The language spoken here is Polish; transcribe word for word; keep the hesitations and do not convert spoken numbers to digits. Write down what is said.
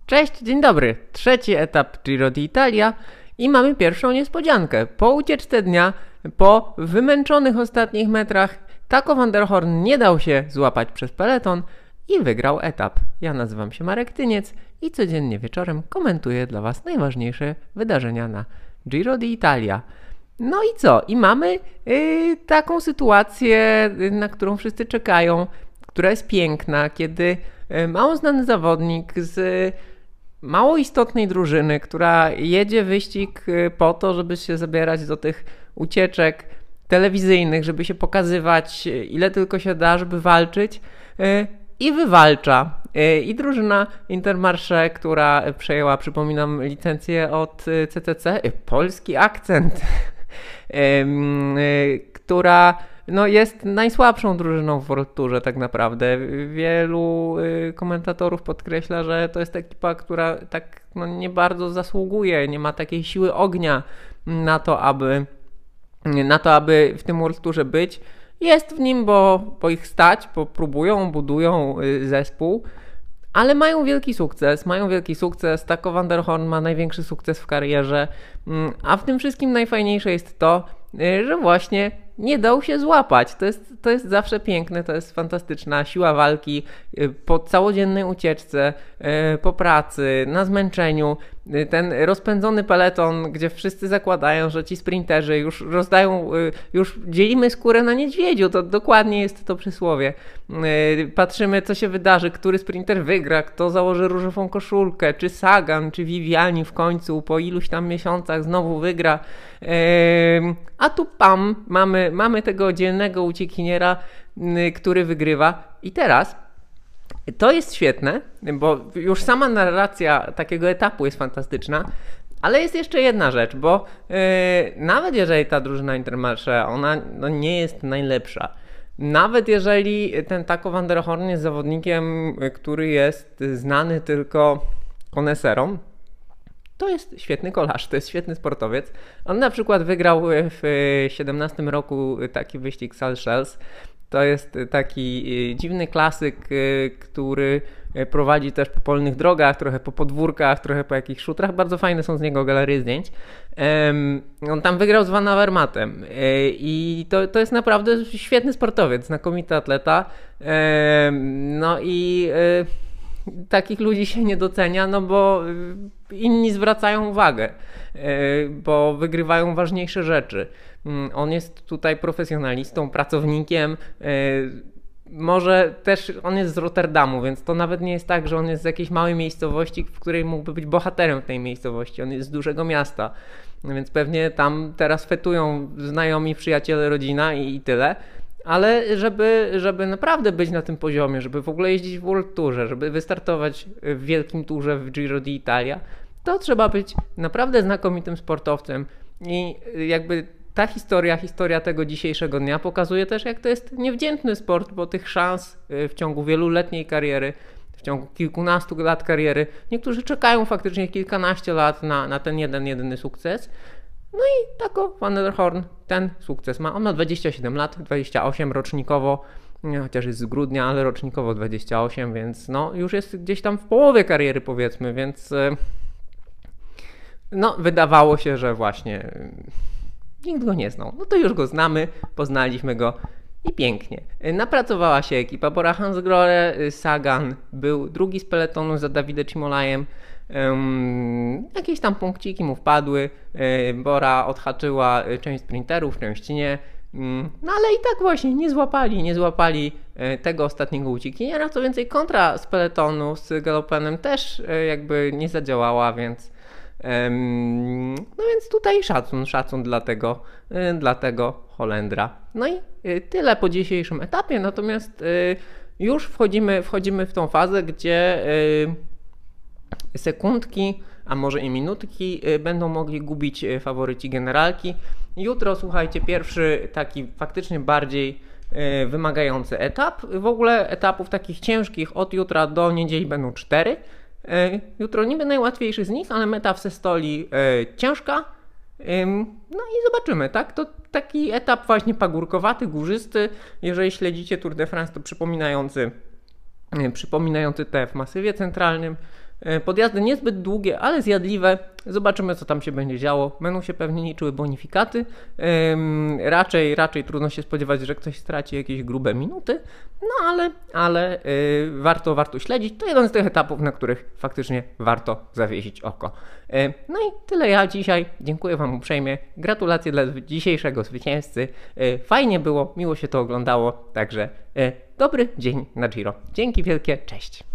Cześć, dzień dobry. Trzeci etap Giro d'Italia i mamy pierwszą niespodziankę. Po ucieczce dnia, po wymęczonych ostatnich metrach, Taco van der Hoorn nie dał się złapać przez peleton i wygrał etap. Ja nazywam się Marek Tyniec i codziennie wieczorem komentuję dla Was najważniejsze wydarzenia na Giro d'Italia. No i co? I mamy yy, taką sytuację, na którą wszyscy czekają, która jest piękna, kiedy yy, mało znany zawodnik z mało istotnej drużyny, która jedzie wyścig po to, żeby się zabierać do tych ucieczek telewizyjnych, żeby się pokazywać ile tylko się da, żeby walczyć i wywalcza. I drużyna Intermarché, która przejęła, przypominam, licencję od C C C, polski akcent, która no jest najsłabszą drużyną w World Tourze tak naprawdę. Wielu y, komentatorów podkreśla, że to jest ekipa, która tak no, nie bardzo zasługuje, nie ma takiej siły ognia na to, aby, na to, aby w tym World Tourze być. Jest w nim, bo, bo ich stać, bo próbują, budują y, zespół, ale mają wielki sukces, mają wielki sukces. Taco van der Hoorn ma największy sukces w karierze, y, a w tym wszystkim najfajniejsze jest to, y, że właśnie nie dał się złapać. To jest, to jest zawsze piękne, to jest fantastyczna siła walki po całodziennej ucieczce, po pracy, na zmęczeniu. Ten rozpędzony peleton, gdzie wszyscy zakładają, że ci sprinterzy już rozdają, już dzielimy skórę na niedźwiedziu, to dokładnie jest to przysłowie. Patrzymy, co się wydarzy, który sprinter wygra, kto założy różową koszulkę, czy Sagan, czy Viviani w końcu po iluś tam miesiącach znowu wygra. A tu pam, mamy, mamy tego dzielnego uciekiniera, który wygrywa. I teraz to jest świetne, bo już sama narracja takiego etapu jest fantastyczna, ale jest jeszcze jedna rzecz, bo yy, nawet jeżeli ta drużyna Intermarché, ona no, nie jest najlepsza, nawet jeżeli ten Taco van der Hoorn jest zawodnikiem, który jest znany tylko koneserom, to jest świetny kolarz, to jest świetny sportowiec. On na przykład wygrał w siedemnastym roku taki wyścig Seychelles. To jest taki dziwny klasyk, który prowadzi też po polnych drogach, trochę po podwórkach, trochę po jakichś szutrach. Bardzo fajne są z niego galerie zdjęć. On tam wygrał z Van Avermaetem i to, to jest naprawdę świetny sportowiec, znakomity atleta. No i takich ludzi się nie docenia, no bo inni zwracają uwagę, bo wygrywają ważniejsze rzeczy. On jest tutaj profesjonalistą, pracownikiem, może też on jest z Rotterdamu, więc to nawet nie jest tak, że on jest z jakiejś małej miejscowości, w której mógłby być bohaterem w tej miejscowości. On jest z dużego miasta, więc pewnie tam teraz fetują znajomi, przyjaciele, rodzina i, i tyle. Ale żeby, żeby naprawdę być na tym poziomie, żeby w ogóle jeździć w World Tourze, żeby wystartować w wielkim turze w Giro d'Italia, to trzeba być naprawdę znakomitym sportowcem. I jakby ta historia, historia tego dzisiejszego dnia pokazuje też, jak to jest niewdzięczny sport, bo tych szans w ciągu wieloletniej kariery, w ciągu kilkunastu lat kariery, niektórzy czekają faktycznie kilkanaście lat na, na ten jeden, jedyny sukces. No i Taco van der Hoorn ten sukces ma. On ma dwadzieścia siedem lat, dwadzieścia osiem rocznikowo, chociaż jest z grudnia, ale rocznikowo dwadzieścia osiem, więc no już jest gdzieś tam w połowie kariery, powiedzmy, więc no wydawało się, że właśnie nikt go nie znał. No to już go znamy, poznaliśmy go i pięknie. Napracowała się ekipa Bora Hansgrohe, Sagan był drugi z peletonu za Davide Cimolajem. Um, jakieś tam punkciki mu wpadły, um, Bora odhaczyła część sprinterów, część nie, um, no ale i tak właśnie nie złapali, nie złapali um, tego ostatniego uciekiniera, co więcej kontra z peletonu z Galopenem też um, jakby nie zadziałała, więc um, no więc tutaj szacun, szacun dla tego, um, dla tego Holendra. No i um, tyle po dzisiejszym etapie, natomiast um, już wchodzimy, wchodzimy w tą fazę, gdzie um, sekundki, a może i minutki będą mogli gubić faworyci generalki. Jutro, słuchajcie, pierwszy taki faktycznie bardziej wymagający etap. W ogóle etapów takich ciężkich od jutra do niedzieli będą cztery. Jutro niby najłatwiejszy z nich, ale meta w Sestoli ciężka. No i zobaczymy, tak? To taki etap właśnie pagórkowaty, górzysty. Jeżeli śledzicie Tour de France, to przypominający, przypominający te w Masywie Centralnym. Podjazdy niezbyt długie, ale zjadliwe. Zobaczymy, co tam się będzie działo. Będą się pewnie liczyły bonifikaty. Ym, raczej, raczej trudno się spodziewać, że ktoś straci jakieś grube minuty. No ale, ale yy, warto, warto śledzić. To jeden z tych etapów, na których faktycznie warto zawiesić oko. Yy, no i tyle ja dzisiaj. Dziękuję Wam uprzejmie. Gratulacje dla dzisiejszego zwycięzcy. Yy, fajnie było, miło się to oglądało. Także yy, dobry dzień na Giro. Dzięki wielkie, cześć.